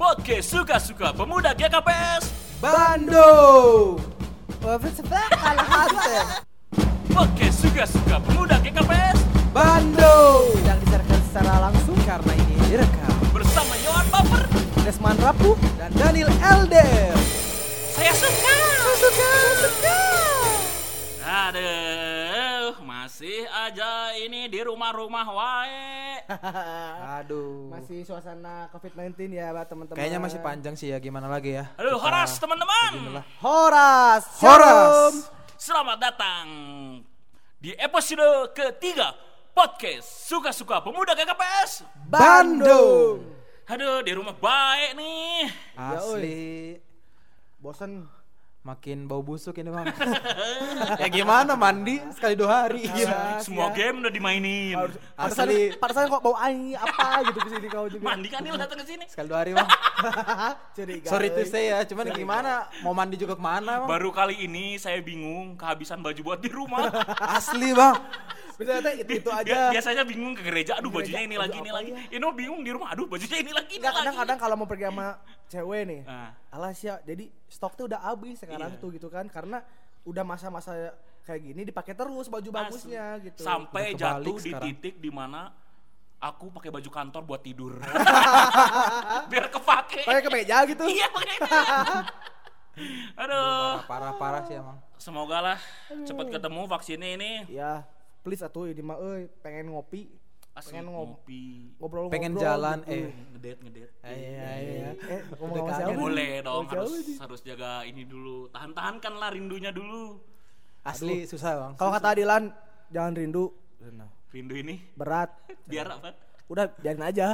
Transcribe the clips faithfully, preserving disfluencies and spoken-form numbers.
Podcast Suka-Suka Pemuda G K P S Bandung. Podcast Suka-Suka Pemuda G K P S Bandung. Yang disiarkan secara langsung karena ini direkam bersama Yohan Baper, Desman Rapuh dan Daniel Elder. Saya suka. Saya suka. Saya suka. Aduh, masih aja ini di rumah-rumah wae. Aduh. Masih suasana covid sembilan belas ya, Pak, teman-teman. Kayaknya masih panjang sih ya, gimana lagi ya? Aduh, Kita horas teman-teman. Horas. Horas. Selamat datang di episode ketiga Podcast Suka-Suka Pemuda G K P S Bandung. Aduh, di rumah baik nih. Asli. Bosan. Makin bau busuk ini, Bang. Ya gimana mandi sekali dua hari. Iya. Semua game udah dimainin. Asli. Padahal kok bau aing apa gitu kesini kau juga. Mandi kan dia datang ke sini. Sekali dua hari, Bang. Curiga. Sorry to say ya, cuman gimana mau mandi juga kemana, Bang? Baru kali ini saya bingung kehabisan baju buat di rumah. Asli, Bang. Bisa teh itu itu Bia- aja. Biasanya bingung ke gereja, aduh Gereja, bajunya ini baju lagi ini apa lagi. ya? Ini bingung di rumah, aduh bajunya ini lagi ini Enggak, lagi. kadang-kadang kalau mau pergi sama cewek nih, Nah. alas ya, jadi stok tuh udah habis sekarang Iya. tuh gitu kan, karena udah masa-masa kayak gini dipakai terus baju bagusnya gitu. Sampai Udah kebalik jatuh di sekarang. titik dimana aku pakai baju kantor buat tidur. Biar kepake. Pakai kemeja gitu. Iya pakai meja. Aduh. Parah-parah sih emang. Semoga lah cepat ketemu vaksinnya ini. Ya, please atuh ini mah euy, pengen ngopi, Asli pengen ngob- ngopi. ngobrol-ngobrol. Pengen jalan, gitu. eh. Ngedet ngedet. Iya, iya. Eh, ngomong Udah sama kangen. siapa nih? Boleh dong, Ngomong siapa harus nih? harus jaga ini dulu. Tahan-tahan kan lah rindunya dulu. Asli susah, Bang. Kalau kata Adilan, jangan rindu. Rindu ini Berat. biar apa? Udah, biarin aja.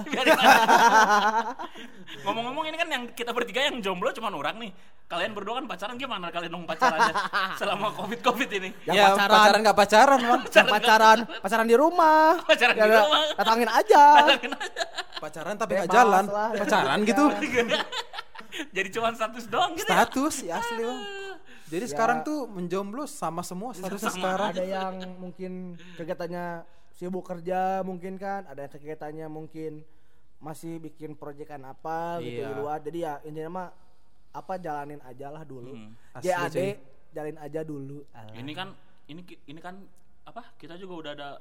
Ngomong-ngomong ini kan yang kita bertiga yang jomblo cuma orang nih. Kalian berdua kan pacaran, gimana kalian dong pacarannya selama covid-covid ini? Yang Ya, pacaran. pacaran enggak pacaran, Bang. Yang pacaran, pacaran di rumah. Pacaran di Ya, rumah. Datangin aja. Pacaran tapi enggak Bebas jalan. lah. Pacaran gitu. Jadi cuma status doang gitu ya? Status ya asli, Bang. Jadi Ya. sekarang tuh menjomblo sama semua statusnya Sama. sekarang. Ada yang mungkin kegiatannya sibuk kerja mungkin kan, ada yang kegiatannya mungkin masih bikin proyekan apa gitu Iya. di luar. Jadi ya intinya mah apa jalanin aja lah dulu. Hmm. Asli, J A D cuy. jalin aja dulu. Ini kan ini ki- ini kan apa? Kita juga udah ada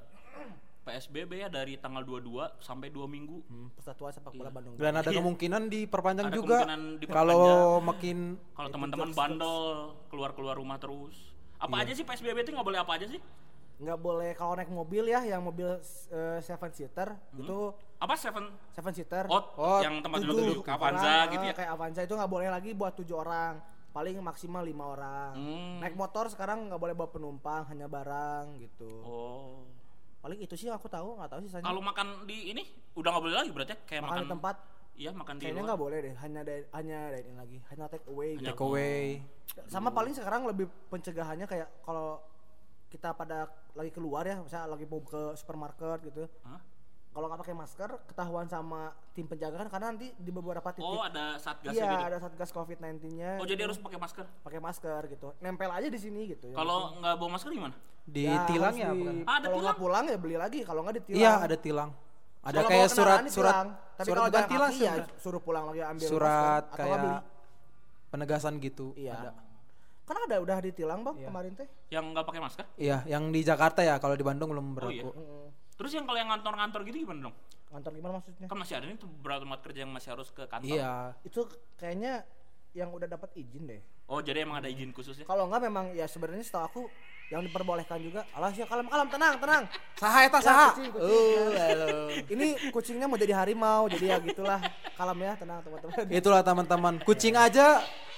P S B B ya dari tanggal dua puluh dua sampai dua minggu. Persatuan Sepak Bola Iya. Bandung. Dan ada Iya. kemungkinan diperpanjang Ada juga. kemungkinan diperpanjang. Kalau makin Kalau Itu teman-teman jokes, bandel keluar-keluar rumah terus. Apa aja sih P S B B itu nggak boleh apa aja sih? Nggak boleh kalau naik mobil ya, yang mobil eh, seven seater itu Apa seven? seven seater. Oh, Oh, yang tempat tujuh duduk-duduk Avanza orang, gitu eh, ya? Kayak Avanza itu nggak boleh lagi buat tujuh orang, paling maksimal lima orang. Hmm. Naik motor sekarang nggak boleh bawa penumpang, hanya barang gitu. Oh. Paling itu sih yang aku tahu, nggak tahu sisanya. Kalau makan di ini udah nggak boleh lagi berarti ya? Kayak makan makan, di tempat Iya, makan di kayaknya luar. nggak boleh deh, hanya dine- hanya dine in lagi, hanya take away. Hanya- Gitu. take away. Sama paling sekarang lebih pencegahannya kayak kalau kita pada lagi keluar ya, misalnya lagi mau ke supermarket gitu. Hah? Kalau nggak pakai masker, ketahuan sama tim penjaga kan, karena nanti di beberapa titik Oh, ada satgas iya gitu. ada satgas covid sembilan belas-nya. Oh, jadi harus pakai masker. pakai masker gitu, nempel aja di sini gitu. Kalau nggak bawa masker gimana? Ditilang harus ya, di- bukan? Ah, ada kalau nggak tilang? pulang ya beli lagi, kalau nggak ditilang. Iya, ada tilang. Ada Kalau kayak bawa surat kendaraan surat ditilang. Tapi surat kalau bukan jalan tilang kaki sih, ya udah. suruh pulang lagi ambil Surat masker, atau nggak kayak beli. penegasan gitu. Iya. Ada. Kan ada udah ditilang bang Iya. kemarin teh. Yang nggak pakai masker? Iya, yang di Jakarta ya, kalau di Bandung belum Oh, berlaku. iya. Terus yang kalau yang ngantor-ngantor gitu gimana dong? Kantor gimana maksudnya? Kan masih ada nih tuh beberapa tempat kerja yang masih harus ke kantor. Iya. Itu kayaknya yang udah dapat izin deh. Oh, jadi emang ada izin khususnya? Kalau nggak memang ya sebenarnya setahu aku yang diperbolehkan juga. Alas ya kalem kalem tenang tenang. Saha eta Ya, saha? kucing, kucing, Oh, ya. halo. Ini kucingnya mau jadi harimau, jadi ya gitulah. Kalem ya, tenang teman-teman. Itulah teman-teman, kucing aja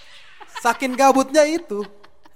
saking gabutnya itu.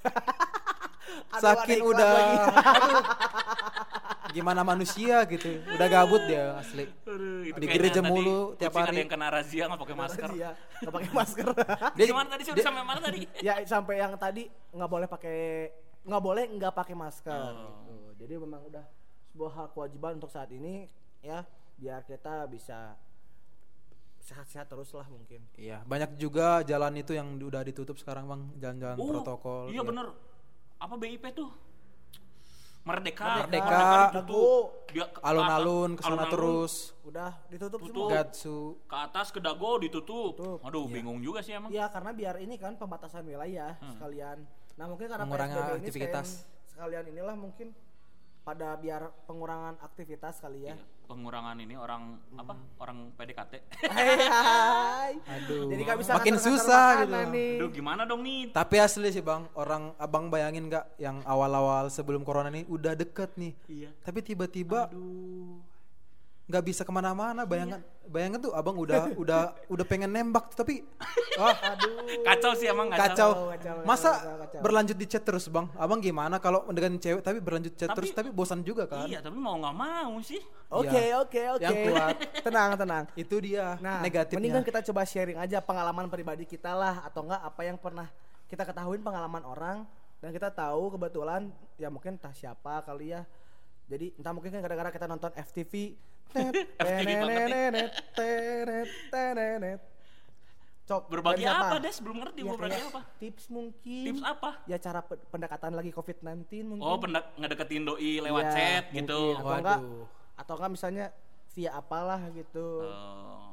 Aduh, Saking ada iklan udah lagi. aduh, gimana manusia gitu. Udah gabut dia asli. Aduh, itu Dikira kayaknya mulu tadi tiap kucing hari. Ada yang kena razia nggak pakai masker. Iya, nggak pakai masker. Dia Gimana tadi sih udah dia- sampai mana tadi? Ya sampai yang tadi nggak boleh pakai nggak boleh nggak pakai masker. Oh. Gitu. Jadi memang udah sebuah hak kewajiban untuk saat ini ya, biar kita bisa sehat-sehat terus lah mungkin. Iya, banyak juga jalan itu yang udah ditutup sekarang, Bang. Jalan-jalan Oh, protokol. Iya bener. Apa B I P tuh? Merdeka. Merdeka. Merdeka ditutup. Dia ke- Alun-alun ke atas, kesana alun-alun, terus. Udah ditutup Tutup. semua. Gatsu. Ke atas ke Dago ditutup. Tutup. Aduh, bingung juga sih emang. Iya, karena biar ini kan pembatasan wilayah sekalian. Nah, mungkin karena Mengurangi P S B B ini aktivitas. sekalian, sekalian inilah mungkin pada biar pengurangan aktivitas kali ya. Iya, pengurangan ini orang apa? Orang P D K T. Hai, hai. Aduh. Jadi gak bisa Makin nganter-nganter susah makanan gitu. nih. Aduh, gimana dong nih? Tapi asli sih bang, orang abang bayangin nggak yang awal-awal sebelum corona ini udah deket nih. Iya. Tapi tiba-tiba Aduh. nggak bisa kemana-mana. Bayangan, Iya. bayangan tuh abang udah udah udah pengen nembak tapi wah Aduh. Kacau sih emang kacau. kacau. kacau, Masa kacau, kacau. berlanjut di chat terus bang? Abang gimana kalau mendekatin cewek tapi berlanjut chat Tapi- terus tapi bosan juga kan? Iya, tapi mau nggak mau sih. Oke, Iya. oke, oke. Yang kuat. Tenang, tenang. Itu dia Nah, negatifnya. mendingan kita coba sharing aja pengalaman pribadi kita lah, atau enggak apa yang pernah kita ketahuin pengalaman orang dan kita tahu kebetulan ya mungkin entah siapa kali ya. Jadi entah mungkin kan gara-gara kita nonton F T V. F T V banget Tenet. Cok, Berbagi dari siapa? apa, Des? Belum ngerti Ya, mau berbagi kayak apa. Tips mungkin. Tips apa? Ya cara pe- pendekatan lagi covid sembilan belas mungkin. Oh, pendak ngedeketin doi lewat Iya, chat mungkin. gitu. Atau enggak, Waduh. atau enggak misalnya via apalah gitu. Oh.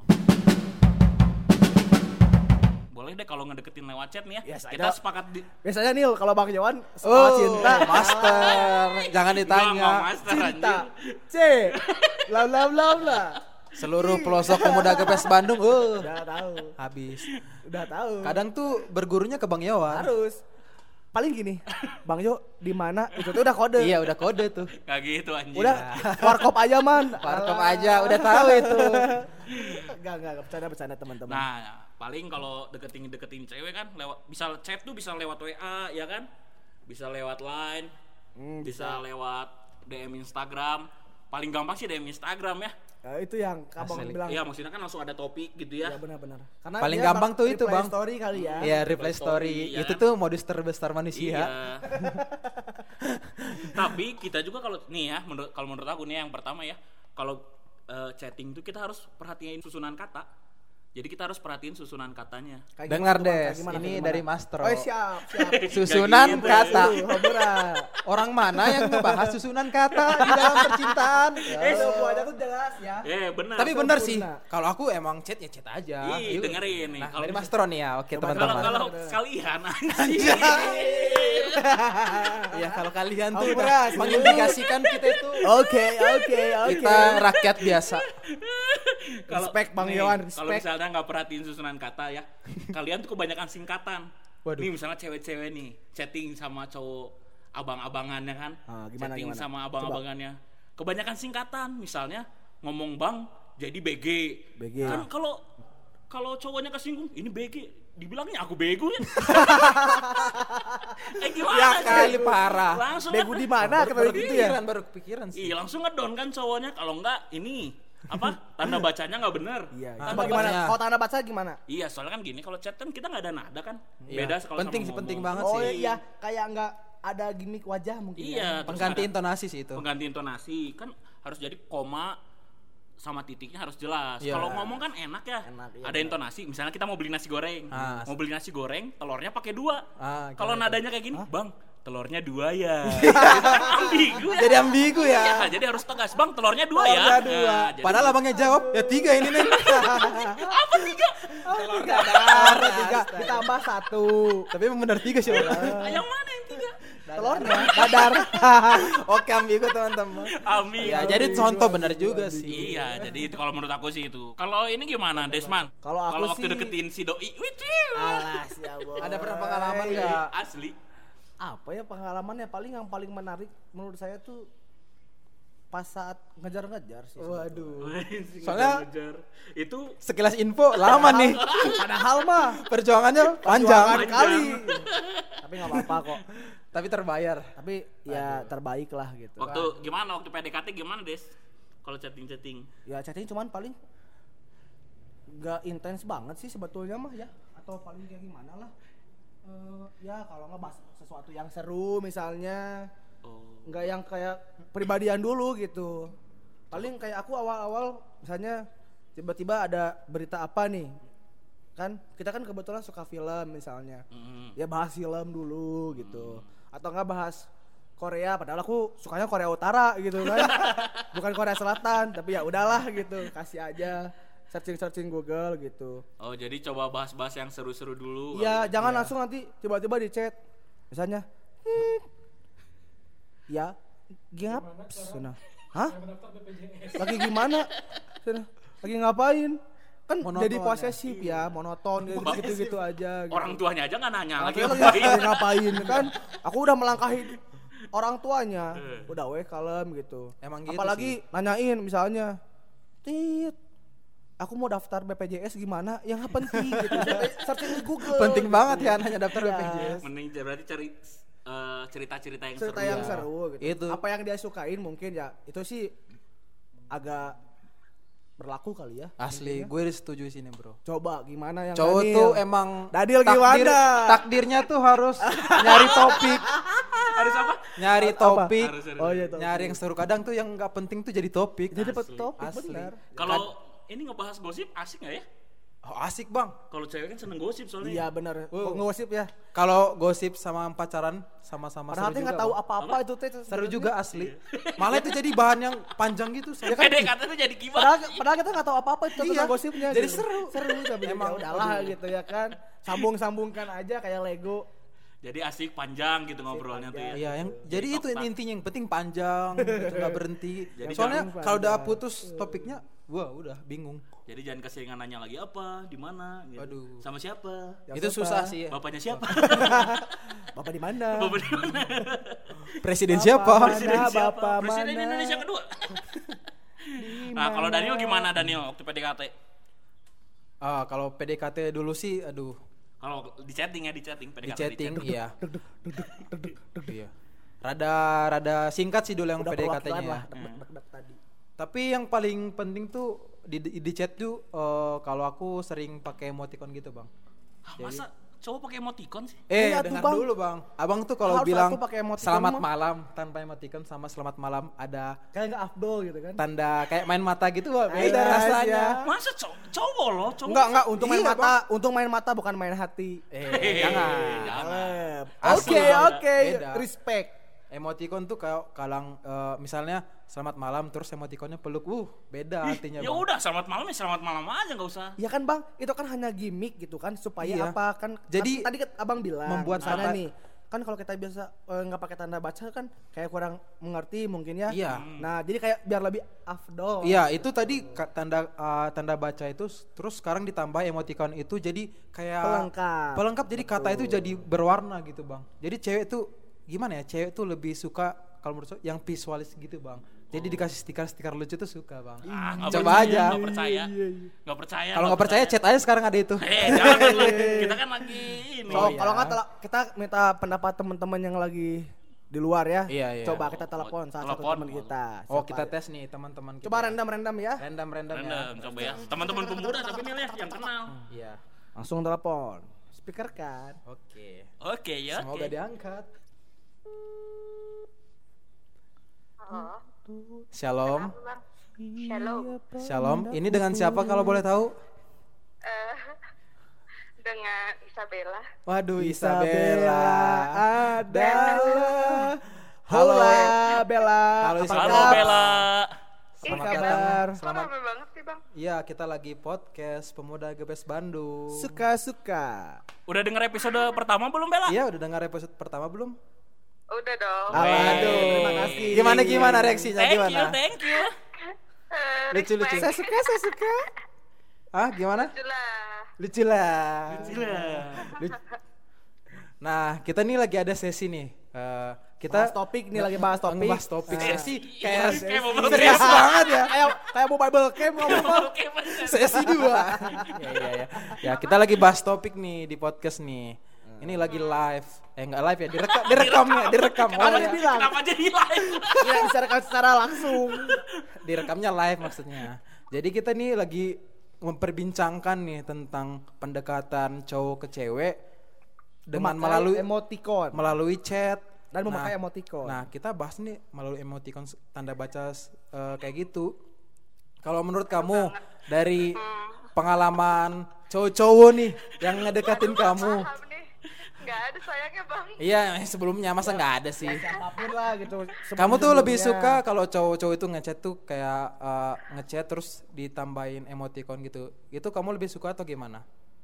Boleh deh kalau ngedeketin lewat chat nih ya. Yes, Kita ada. sepakat di Biasanya Nil kalau Bang Jawan soal Oh, cinta, master. Jangan Gua ditanya. mau master cinta, anjing. C, bla bla bla bla. Seluruh pelosok pemuda Gepes Bandung, uh, Udah tahu, habis. udah tahu. Kadang tuh bergurunya ke Bang Yowan. harus. Paling gini, Bang Jo di mana? Itu tuh udah kode. Iya, udah kode tuh. Kayak gitu anjing. Udah warkop aja man. Warkop aja, udah tahu itu. Enggak enggak bercanda bercanda teman-teman. Nah, paling kalau deketin deketin cewek kan lewat bisa chat tuh bisa lewat W A ya kan? Bisa lewat Line, Hmm, bisa lewat D M Instagram. Paling gampang sih D M Instagram ya. Ya, itu yang Abang Asli. bilang. Iya, maksudnya kan langsung ada topik gitu ya. Ya benar-benar. Karena Paling dia gampang tuh itu, reply Bang. Story kali ya. Iya, reply story. Story, ya Itu kan? tuh modus terbesar manusia. Iya. Tapi kita juga kalau nih ya, menurut kalau menurut aku nih yang pertama ya, kalau eh, chatting tuh kita harus perhatiin susunan kata. Jadi kita harus perhatiin susunan katanya. Kayak Dengar gimana tuh, Bang? Des, Kayak gimana, ini kayak gimana? dari Mastro. Oh siap, siap. Susunan Kayak gitu. kata. Tuh, Hobra. Orang mana yang ngebahas susunan kata di dalam percintaan? Eh, semuanya tuh jelas ya. Eh, benar. Tapi bener sih, sempurna. kalau aku emang chat ya chat aja. Ih, Yuk. dengerin nih. Nah, Kalau dari bisa- Mastro nih ya, oke Coba Kalau teman-teman. kalau Bener. kalian anjing. Ya kalau kalian tuh Aku udah beras. mengindikasikan kita itu Oke, oke, oke. kita rakyat biasa. Kalau Respect, Bang nih, Yohan, Kalau respect. misalnya nggak perhatiin susunan kata ya, kalian tuh kebanyakan singkatan. Waduh. Nih misalnya cewek-cewek nih chatting sama cowok abang-abangannya kan, Ah, gimana, chatting gimana? sama abang-abangannya, kebanyakan singkatan. Misalnya ngomong bang jadi B G. B G. Kan kalau kalau cowoknya kesinggung, ini B G, dibilangnya aku bego ya. eh gimana Ya sih? kali parah. Langsung Bego kan- di mana Baru kata gitu ya? kepikiran, baru kepikiran sih. Iya langsung ngedon kan cowoknya, kalau enggak ini apa tanda bacanya nggak bener. Iya, Ah, coba gimana? bapaknya. Kalau tanda baca gimana? Iya soalnya kan gini, kalau chat kan kita nggak ada nada kan, Iya. beda kalau Penting sama sih, penting ngomong. banget Oh sih. iya, kayak nggak ada gimmick wajah mungkin Iya, ya. terus Pengganti ada intonasi sih itu. pengganti intonasi kan harus jadi koma sama titiknya harus jelas. Iya. Kalau ngomong kan enak ya, Enak, iya, ada intonasi. Misalnya kita mau beli nasi goreng, Ah, mau beli nasi goreng, telurnya pakai dua. Ah, Kalau gimana nadanya kayak gini, bang, telurnya dua ya. Ambigu ya. Jadi ambigu ya. Iya, jadi harus tegas, bang, telurnya dua ya. Telurnya dua. Nah, jadi- Padahal abangnya jawab, ya tiga ini nih. apa tiga? Tiga dar, tiga ditambah satu. Tapi emang benar tiga sih. Bang. Yang mana yang tiga? Telurnya dadar. Oke ambigu teman-teman. Ambigu. Ya jadi contoh benar juga sih. Iya, jadi itu kalau menurut aku sih itu. Kalau ini gimana, Desman? Kalau aku waktu sih- deketin si doi, wih, Alas ya boy. Ada pernah pengalaman nggak? asli. Apa ya pengalamannya paling yang paling menarik menurut saya tuh pas saat ngejar-ngejar sih. Waduh. Soalnya Soalnya- itu Sekilas info lama nih. Padahal mah Perjuangannya perjuangan panjang. kali. Tapi nggak apa-apa kok. Tapi terbayar. Tapi ya terbaik lah gitu. waktu gimana waktu P D K T gimana, Des? Kalau chatting-chatting. Ya chatting cuman paling nggak intens banget sih sebetulnya mah ya. Atau paling kayak gimana lah. Eh, ya kalau nggak bahas sesuatu yang seru misalnya, Oh. nggak yang kayak pribadian dulu gitu. Paling kayak aku awal-awal misalnya tiba-tiba ada berita apa nih, kan kita kan kebetulan suka film misalnya, Mm. ya bahas film dulu gitu, atau nggak bahas Korea, padahal aku sukanya Korea Utara gitu kan. Bukan Korea Selatan, tapi ya udahlah gitu, kasih aja searching-searching Google gitu. Oh, jadi coba bahas-bahas yang seru-seru dulu. Iya, jangan Iya. langsung nanti tiba-tiba di chat. Misalnya, "Hmm, ya, ngap, sana. Hah? Lagi gimana? Sana. Lagi ngapain? Kan Monoton jadi ya. posesif ya, monoton gitu, gitu-gitu aja. Gitu. Orang tuanya aja nggak nanya lagi Lagi ngapain. lagi ngapain kan? Aku udah melangkahi orang tuanya, udah weh kalem gitu. Emang gitu Apalagi nanyain misalnya, Tit, aku mau daftar B P J S gimana? Yang nggak penting gitu. Searching di Google. Penting gitu. banget ya nanya daftar Iya. B P J S. Mending berarti cari eh, cerita-cerita yang Cerita seru. yang ya. seru gitu. Itu. Apa yang dia sukain mungkin ya itu sih agak berlaku kali ya. Asli, gue setuju sini bro. Coba gimana yang Cowok Daniel? tuh emang Daniel takdir, gimana? takdirnya tuh harus nyari topik, Harus apa? nyari topik, Harus, harus. Oh iya tuh. nyari yang seru. Kadang tuh yang nggak penting tuh jadi topik. Jadi Asli. topik Asli. benar. Kalau ini ngebahas gosip asik nggak ya? Oh, asik bang. Kalau cewek kan seneng gosip soalnya. Iya benar. Wow. Ngosip ya. Kalau gosip sama pacaran sama-sama Padahal seru dia juga. nggak tahu Bang. apa-apa itu teh. Seru juga asli. Malah itu jadi bahan yang panjang gitu. Ya Saya kan? P D K T tuh jadi gimana? Padahal, padahal kita nggak tahu apa-apa itu Iya. tentang gosipnya. Jadi gitu. seru. Seru tapi Emang, emang udahlah aduh. gitu ya kan. Sambung-sambungkan aja kayak Lego. Jadi asik panjang gitu ngobrolnya tuh ya. Iya, yang jadi itu tok-tak. intinya yang penting panjang, gitu nggak berhenti. Jadi Soalnya jangan- kalau udah putus topiknya, wah udah bingung. Jadi jangan keseringan nanya lagi apa, di mana, gitu. Aduh. Sama siapa? Ya, itu siapa? susah sih ya. Bapaknya siapa? Bapak di mana? Bapak di mana? Presiden Bapak siapa? mana? Presiden siapa? Bapak Presiden mana? Indonesia kedua. Nah, kalau Daniel gimana Daniel waktu P D K T? Ah, kalau P D K T dulu sih, aduh, Kalau di chatting ya, di chatting P D K T di chatting, chatting. iya. Iya. Rada rada singkat sih dulu yang Udah P D K perwakilan T-nya. lah. Dek-dek-dek tadi. Tapi yang paling penting tuh di di, di chat tuh eh, kalau aku sering pakai emoticon gitu, Bang. Hah, masa cowok pakai emoticon sih? Eh, Iya tuh, dengar Bang. dulu, Bang. Abang tuh kalau Harus bilang aku pakai emoticon selamat mah. malam tanpa emoticon sama selamat malam ada Kayak nggak afdol gitu kan. tanda kayak main mata gitu, wah, beda Iya, rasanya. iya. Masa cow- cowok loh, cowok. Enggak, enggak, untung main Iya, mata, untung main mata bukan main hati. Eh, jangan. Jangan. Asli, Oke, Bang. oke, Beda. respect. Emoticon tuh kayak kalang eh, misalnya selamat malam terus emoticonnya peluk, uh, beda artinya, Ya Bang. udah, selamat malam ya selamat malam aja nggak usah. Ya kan Bang, itu kan hanya gimmick gitu kan supaya Iya. apa kan? Jadi, kan tadi kan Abang bilang membuat misalnya kata- nih, kan kalau kita biasa eh, nggak pakai tanda baca kan kayak kurang mengerti mungkin ya. Iya. Nah, jadi kayak biar lebih afdol. Iya, itu tadi ka- tanda eh, tanda baca itu s- terus sekarang ditambah emoticon itu jadi kayak Pelengkap. Pelengkap jadi kata itu jadi berwarna gitu, Bang. Jadi cewek tuh gimana ya? Cewek tuh lebih suka kalau menurut saya yang visualis gitu, Bang. Jadi dikasih stiker-stiker lucu tuh suka, Bang. Ah, nggak Coba percaya, aja. nggak percaya. Nggak percaya. Kalau nggak percaya chat aja sekarang ada itu. Eh, jangan lu. Kita kan lagi ini. So, Oh, iya. kalau nggak tela- kita minta pendapat teman-teman yang lagi di luar ya. Iya, iya. Coba kita telepon salah satu Telepon. teman kita. Oh, Siapa? kita tes nih teman-teman kita. Coba random-random ya. Random-random ya. Random, coba ya. Teman-teman pemuda tapi nih ya yang kenal. Iya. Langsung telepon. Speaker kan. Oke. Oke ya. Semoga oke. diangkat. Halo, Shalom. Bang. Shalom. Shalom. Ini dengan siapa kalau boleh tahu? Eh, dengan Isabella. Waduh, Isabella adalah. Halo. Hola Bella. Halo, Apa Isabella. Halo kabar? Bella. Selamat Apa datang. kabar? Kok Selamat. rame banget sih, Bang? Iya, kita lagi podcast Pemuda Gebes Bandung. Suka-suka. Udah denger episode pertama belum Bella? Iya, udah dengar episode pertama belum? Udah dong. Aduh, terima kasih. Gimana gimana reaksinya Thank gimana? you, thank you. Eh, Lucu, lucu. Saya respect. suka, saya suka. Ah, gimana? Lucu lah. Lucu lah. Gila. Lucu. Nah, kita nih lagi ada sesi nih. Eh, kita Bahas topik nih, lagi bahas topik. Ngebahas topik Eh, sesi kayak Kayak mobile serius game. banget ya. Kayak kayak mau Bible camp ngomong. Oke, bener. Sesi dua. ya, ya, ya. Ya, kita lagi bahas topik nih di podcast nih. Ini lagi live. Eh enggak live ya, direkam direkamnya, direkam. Kenapa Oh, ya. dibilang? Kenapa jadi live? Ya disecara secara langsung. Direkamnya live maksudnya. Jadi kita nih lagi memperbincangkan nih tentang pendekatan cowok ke cewek dengan Memakai melalui emoticon melalui chat dan memakai Nah, emoticon. Nah, kita bahas nih melalui emoticon s- tanda baca s- eh, kayak gitu. Kalau menurut kamu dari pengalaman cowok-cowok nih yang ngedekatin kamu, Paham nih. Nggak ada sayangnya bang. Iya, sebelumnya masa nggak ada sih. Siapapun lah gitu. Kamu tuh lebih sebelum-sebelumnya. suka kalau cowok-cowok itu ngechat tuh kayak uh, ngechat terus ditambahin emoticon gitu. Itu kamu lebih suka atau gimana?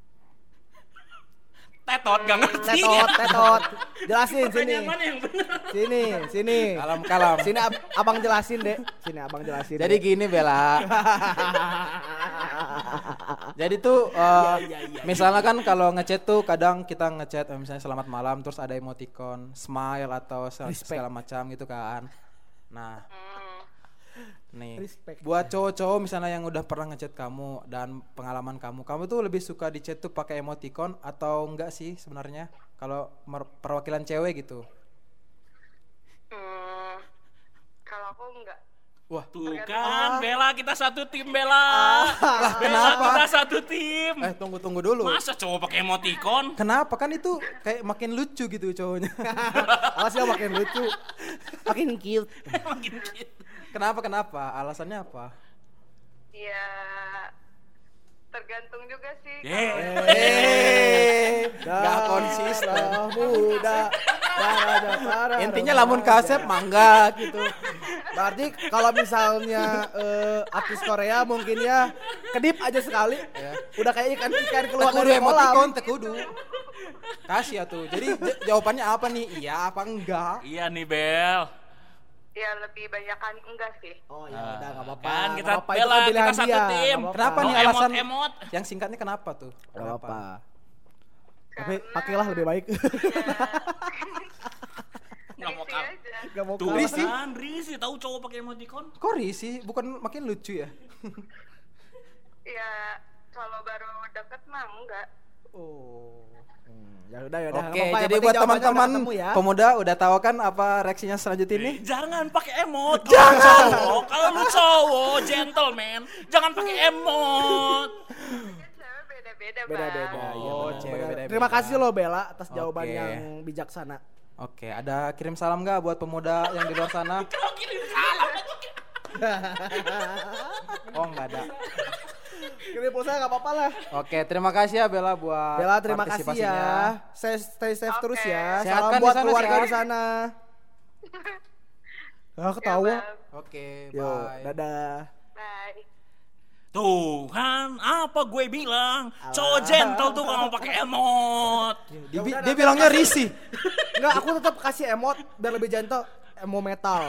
Tetot gak ngerti. Tetot, tetot. Jelasin sini. Pertanyaan mana yang benar? Sini, sini. Kalem kalem. Sini ab- abang jelasin, Dek. Sini abang jelasin. Jadi Dek. gini Bella. Jadi tuh uh, misalnya kan kalau ngechat tuh kadang kita ngechat eh, misalnya selamat malam terus ada emoticon smile atau se- Respect. segala macam gitu kan. Nah, Hmm. nih Respect. buat cowok-cowok misalnya yang udah pernah ngechat kamu dan pengalaman kamu, kamu tuh lebih suka di chat tuh pakai emoticon atau enggak sih sebenarnya kalau mer- perwakilan cewek gitu? Hmm. Kalau aku enggak. Wah, Tuh kan, Bella kita satu tim Bella. Bella kenapa? kita satu tim. eh tunggu tunggu dulu. Masa cowok pakai emoticon? Kenapa kan itu kayak makin lucu gitu cowoknya? Awas ya makin lucu. Makin cute. Makin gitu. Kenapa kenapa? Alasannya apa? Ya tergantung juga sih. Yeah. Eh, nggak konsisten. Muda. Intinya lamun kasep mangga gitu. Berarti kalau misalnya eh, artis Korea mungkin ya kedip aja sekali. Udah kayak ikan-ikan keluar Tekudu dari kolam. emoticon tekudu. Kasih ya tuh. Jadi j- jawabannya apa nih? Iya apa enggak? Iya nih Bel. Ya lebih banyakan enggak sih. Oh ya udah enggak apa-apa. Kan Nggak kita apa-apa, itu Bella, kan pilihan kita satu dia. tim. Nggak apa-apa. Kenapa nih Oh, alasan? emot, emot. Yang singkatnya kenapa tuh? Nggak apa-apa. Tapi Karena- pakailah lebih baik. Nggak mau Risih kalah. aja. Enggak mau Tuh kalah. Risih. kan, risih tahu cowok pakai emoticon. Kok risih? Bukan makin lucu ya? Ya kalau baru deket mah enggak. Oh. Hmm, ya udah ya udah. Oke, nggak apa-apa, yang jadi penting buat jawabannya udah teman-teman ketemu ya. pemuda udah tahu kan apa reaksinya selanjutnya ini? Eh, jangan pakai emot. Kalau lu cowok, kalau lu cowok gentleman, jangan pakai emot. Kan cewek beda-beda bang. Beda-beda. Oh, iya, benar, cewek benar. beda-beda. Terima kasih loh Bella atas jawaban Oke. yang bijaksana. Oke, ada kirim salam nggak buat pemuda yang di luar sana? Kalau kirim salam. Oh, nggak ada. Kirim pulsa enggak apa-apa lah. Oke, terima kasih ya Bella buat Bella terima kasih partisipasinya. ya. Stay, stay safe Oke. terus ya. Sehat Salam kan di buat sana, keluarga sehat? di sana. Ah Ya, ketawa. Bang. Oke, Yo, bye. dadah. Bye. Tuh kan, apa gue bilang? Cowok gentle tuh kalau pakai emot. Dia, bi- dia bilangnya risih. Enggak, aku tetap kasih emot biar lebih gentle. Emo metal.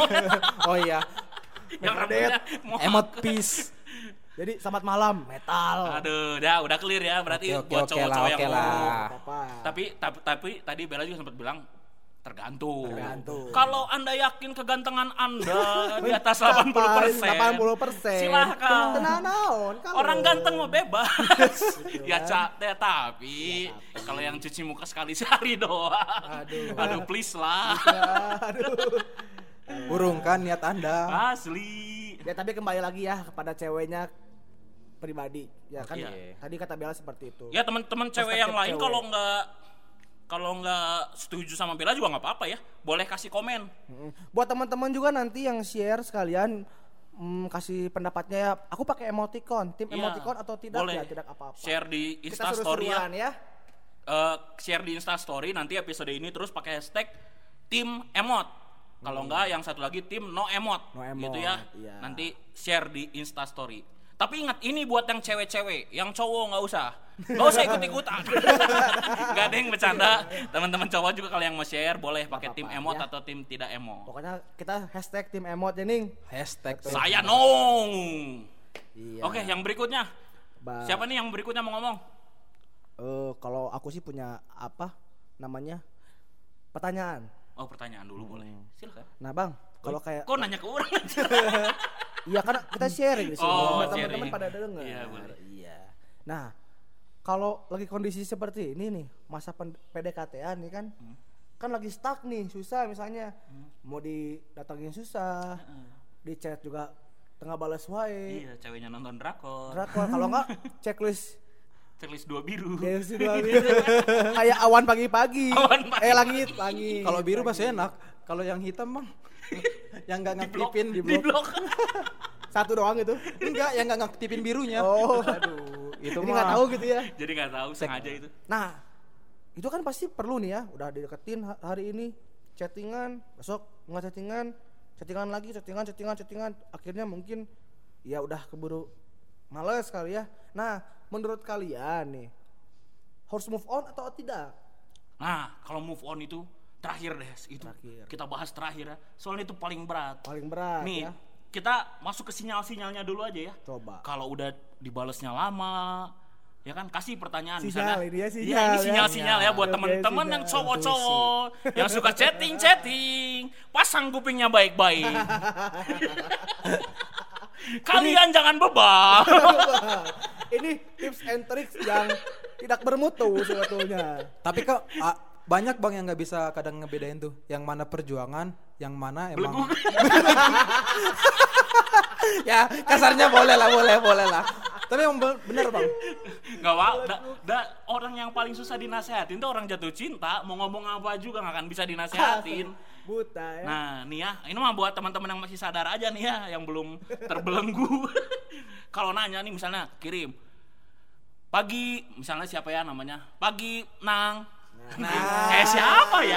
Oh iya, Yang rambutnya mau- emot peace. Jadi selamat malam metal. Aduh, dah udah clear ya. Berarti Oke, oke, buat oke cowok-cowok lah, yang oke mau. lah. Apa? Tapi, tapi tapi tadi Bella juga sempat bilang tergantung. Tergantung. Kalau Anda yakin kegantengan Anda di atas delapan puluh persen, delapan puluh persen. silahkan. Tenang naon. kalau- Orang ganteng mau bebas. ya kan? cak deh tapi kalau yang cuci muka sekali sehari doang. Aduh. Aduh please lah. Aduh. Urungkan niat Anda. Asli. Ya tapi kembali lagi ya kepada ceweknya pribadi. Ya kan Iya. tadi kata Bella seperti itu. Ya teman-teman cewek yang Perspektif lain cewek. kalau nggak kalau nggak setuju sama Bella juga nggak apa-apa ya. Boleh kasih komen. Mm. Buat teman-teman juga nanti yang share sekalian mm, kasih pendapatnya ya. Aku pakai emoticon, tim Iya, emoticon atau tidak boleh. ya tidak apa-apa. Share di Kita Insta Story ya. seru-seruan ya. Eh, share di Insta Story nanti episode ini terus pakai hashtag tim emot. Kalau enggak yang satu lagi tim no emot. No emot, Gitu ya. iya. Nanti share di Insta Story. Tapi ingat ini buat yang cewek-cewek, yang cowok nggak usah. Nggak usah ikut-ikutan. Nggak ada yang bercanda. Teman-teman cowok juga kalau yang mau share boleh pakai tim apa-apa, emot ya. atau tim tidak emot. Pokoknya kita hashtag tim emot ya Ning. Hashtag Saya nong. Iya. Oke, yang berikutnya. Ba- Siapa nih yang berikutnya mau ngomong? Eh, kalau aku sih punya apa namanya pertanyaan. Oh, pertanyaan dulu boleh. Silakan. Nah bang, kalau kayak Kok nanya ke orang aja? iya kan kita sharing di sini, Oh, biar teman-teman sharing. pada denger. Iya, boleh. Iya. Nah, kalau lagi kondisi seperti ini nih, masa pen- P D K T-an nih kan, Hmm. kan lagi stuck nih, susah misalnya, mau didatengin susah, di chat juga tengah balas wae, Iya, ceweknya nonton drakor. drakor kalau enggak checklist Checklist dua biru. Gengsi dua biru. Kayak awan pagi-pagi. Awan pagi. Eh langit, langit. Kalau biru masih enak. Kalau yang hitam bang, yang nggak Di-blok. ngaktifin di Di-blok. Satu doang itu. Enggak, yang nggak ngaktifin birunya. Oh. Aduh, itu Jadi mah. nggak tahu gitu ya. Jadi nggak tahu sengaja itu. Nah, itu kan pasti perlu nih ya, udah dideketin ha- hari ini, chattingan, besok nggak chattingan, chattingan lagi, chattingan, chattingan, chattingan, akhirnya mungkin ya udah keburu males kali ya. Nah, menurut kalian nih harus move on atau tidak? Nah, kalau move on itu terakhir deh, itu Terakhir. kita bahas terakhir ya. Soalnya itu paling berat. Paling berat Nih, ya. kita masuk ke sinyal-sinyalnya dulu aja ya. Coba. Kalau udah dibalesnya lama, ya kan kasih pertanyaan Sinyal misalnya. ini ya, Iya, sinyal ini ya. sinyal-sinyal ya buat Oke, teman-teman sinyal. yang cowok-cowok yang suka chatting-chatting, pasang kupingnya baik-baik. Kalian jangan bebal. Ini tips and tricks yang tidak bermutu sebetulnya. Tapi kok ah, banyak bang yang nggak bisa kadang ngebedain tuh, yang mana perjuangan, yang mana emang. Ya kasarnya boleh lah, boleh boleh lah. Tapi yang be- bener bang. Nggak wa, da, da- orang yang paling susah dinasehatin tuh orang jatuh cinta, mau ngomong apa juga nggak akan bisa dinasehatin. Buta ya. Nah, nih ya, ini mah buat teman-teman yang masih sadar aja nih ya, yang belum terbelenggu. Kalau nanya nih misalnya kirim pagi, misalnya siapa ya namanya? Pagi Nang. Nah, eh siapa ya?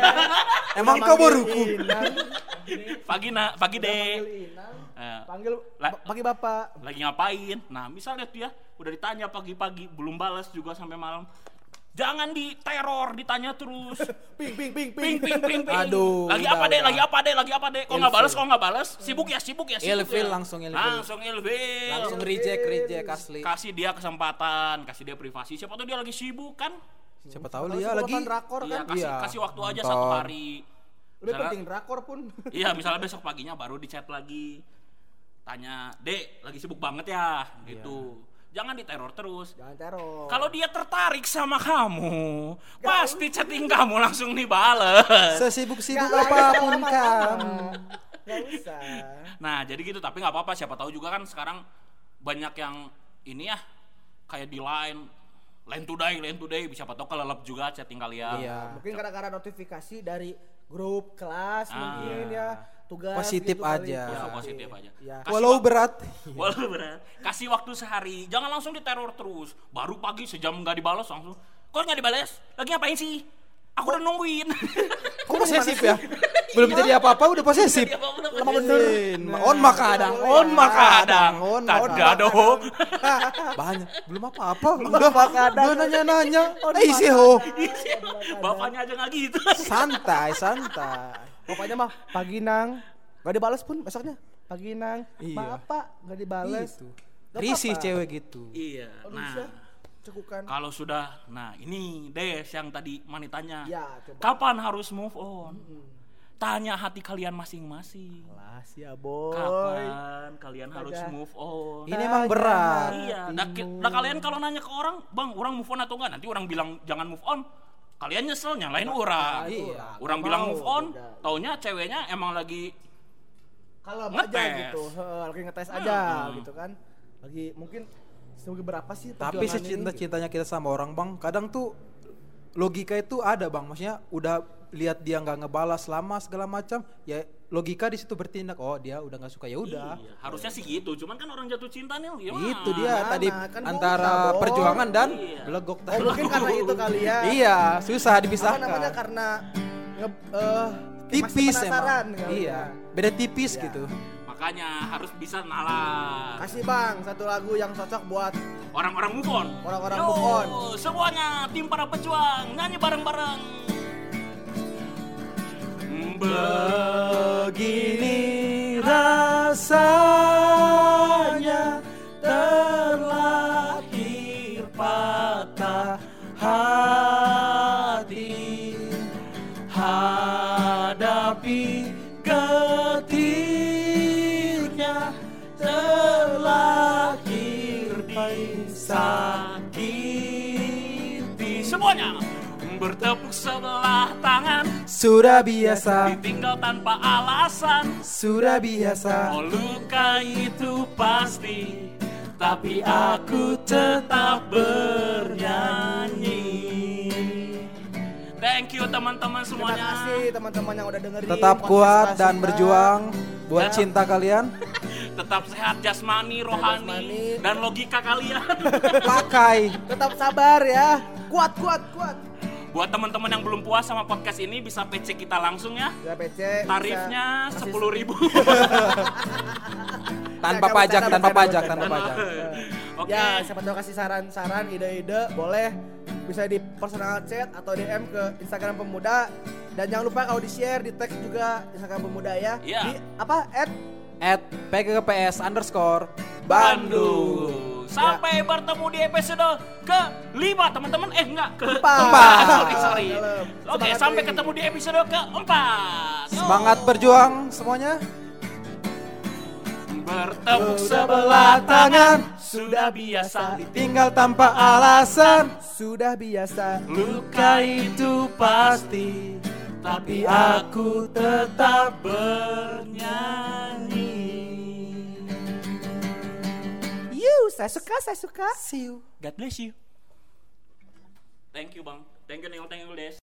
Emang kau boruku? Inang, Pagi Na, pagi udah Dek. panggil Inang, Eh, panggil La- ba- pagi bapak. lagi ngapain? Nah, misalnya tuh ya, udah ditanya pagi-pagi, belum balas juga sampai malam. Jangan diteror, ditanya terus. Ping ping ping Ping ping ping ping. Aduh, Lagi udah, apa deh? udah. Lagi apa deh? Lagi apa deh? Kok nggak Ilfil. balas? Kok nggak balas? Sibuk ya, sibuk ya, sibuk Ilfil, ya. langsung ilfil. Langsung ilfil. Langsung reject reject asli. Kasih dia kesempatan, kasih dia privasi. Siapa tahu dia lagi sibuk kan? Siapa tahu Kalau dia sebelum lagi. nonton drakor Iya, kan. kasih Iya, kasih waktu aja nonton. satu hari. Lebih Misalnya- penting drakor pun. Iya, misalnya besok paginya baru di chat lagi. Tanya, "Dek, lagi sibuk banget ya?" gitu. Jangan diteror terus. Jangan teror. Kalau dia tertarik sama kamu, pasti chatting kamu langsung dibales. Sesibuk-sibuk Nggak apapun lama-lama. kamu. Nggak usah. Nah, jadi gitu, tapi nggak apa-apa, siapa tahu juga kan sekarang banyak yang ini ya, kayak di Line, Line Today, Line Today, siapa tahu kelelep juga chatting kalian. Iya. Mungkin gara-gara notifikasi dari grup kelas Ah. mungkin ya, tugas Positif gitu kali. aja. Ya, positif aja. Ya. Kasih Walau wak- berat. Walau berat. Kasih waktu sehari, jangan langsung diteror terus. Baru pagi sejam nggak dibalas langsung. Kok nggak dibalas? Lagi ngapain sih? Aku udah nungguin. Kok posesif ya? Belum jadi apa-apa udah posesif. Jadi apa-apa udah Lama posesif. bener. On makadang, on makadang, on Kadang makadang. doh. Banyak, belum apa-apa. Udah makadang. udah nanya-nanya. On Eh isi ho. Bapaknya aja nggak gitu. Santai, santai. Pokoknya mah pagi Nang, nggak dibales pun besoknya. Pagi Nang, Iya. maaf Pak, nggak dibales. Gitu. Nggak Risih apa-apa. cewek gitu. Iya. Aduh, Nah, Syah, cekukan. kalau sudah, nah ini Des yang tadi manitanya. Ya, coba. Kapan harus move on? Tanya hati kalian masing-masing. Kelas ya boy. Kapan kalian harus Aja. move on? Ini emang berat. Iya, nah, ki- nah kalian kalau nanya ke orang, "Bang, orang move on atau enggak?" Nanti orang bilang jangan move on. Kalian nyesel nyalain orang. Iya. Orang Nggak bilang mau, move on, udah. taunya ceweknya emang lagi Kalau aja Ngetes. gitu, Heh, lagi ngetes aja Hmm. gitu kan. Lagi mungkin sebagai berapa sih Tapi perjuangan ini, secinta-cintanya kita sama orang bang, kadang tuh logika itu ada bang. Maksudnya udah lihat dia nggak ngebalas lama segala macam, ya logika di situ bertindak. Oh dia udah nggak suka, ya udah. Iya, harusnya sih gitu. Cuman kan orang jatuh cinta nih gimana? Itu dia Mana? tadi Kan antara susah, Boy. perjuangan dan Iya. belegok Oh tadi. mungkin karena itu kali ya. Iya, susah Apa dipisahkan. namanya karena nge, eh, Tipis masih penasaran emang. kali Iya, ya. beda tipis Iya. gitu. Makanya harus bisa nalar. Kasih bang satu lagu yang cocok buat Orang-orang move on. Orang-orang Yo, move on. Semuanya tim para pejuang nyanyi bareng-bareng. Begini rasanya terlahir patah hati, hadapi ketiknya terlahir disakiti. Semuanya bertepuk sebelah tangan, Sudah biasa, ditinggal tanpa alasan. sudah biasa. Oh luka itu pasti, tapi aku tetap bernyanyi. Thank you teman-teman terima semuanya. kasih teman-teman yang udah dengerin. Tetap podcast kuat kita dan suka. berjuang buat Ya. cinta kalian. Tetap sehat jasmani, rohani, jasmani. dan logika kalian. Pakai Tetap sabar ya. Kuat kuat kuat. Buat teman-teman yang belum puas sama podcast ini bisa P C kita langsung ya. Ya P C. Tarifnya bisa kasih- sepuluh ribu. Tanpa Bercanda, pajak, bercanda, tanpa bercanda, pajak, bercanda. tanpa pajak. Oke. Ya, siapa tahu kasih saran-saran, ide-ide, boleh bisa di personal chat atau D M ke Instagram Pemuda. Dan jangan lupa kalau di-share, di tag juga Instagram Pemuda ya. Iya. Di apa? At At P G G P S underscore Bandung. Sampai bertemu di episode kelima teman-teman. Eh enggak, Empat. keempat. Sorry, sorry. Dalam. Oke, Semangat sampai ini. ketemu di episode keempat. Yo. Semangat berjuang semuanya. Bertepuk sebelah tangan. sudah biasa. Tinggal tanpa alasan. Sudah biasa. Luka itu pasti, tapi aku tetap bernyanyi. You, saya suka, saya suka. See you. God bless you. Thank you bang. Thank you Neo, thank you Des.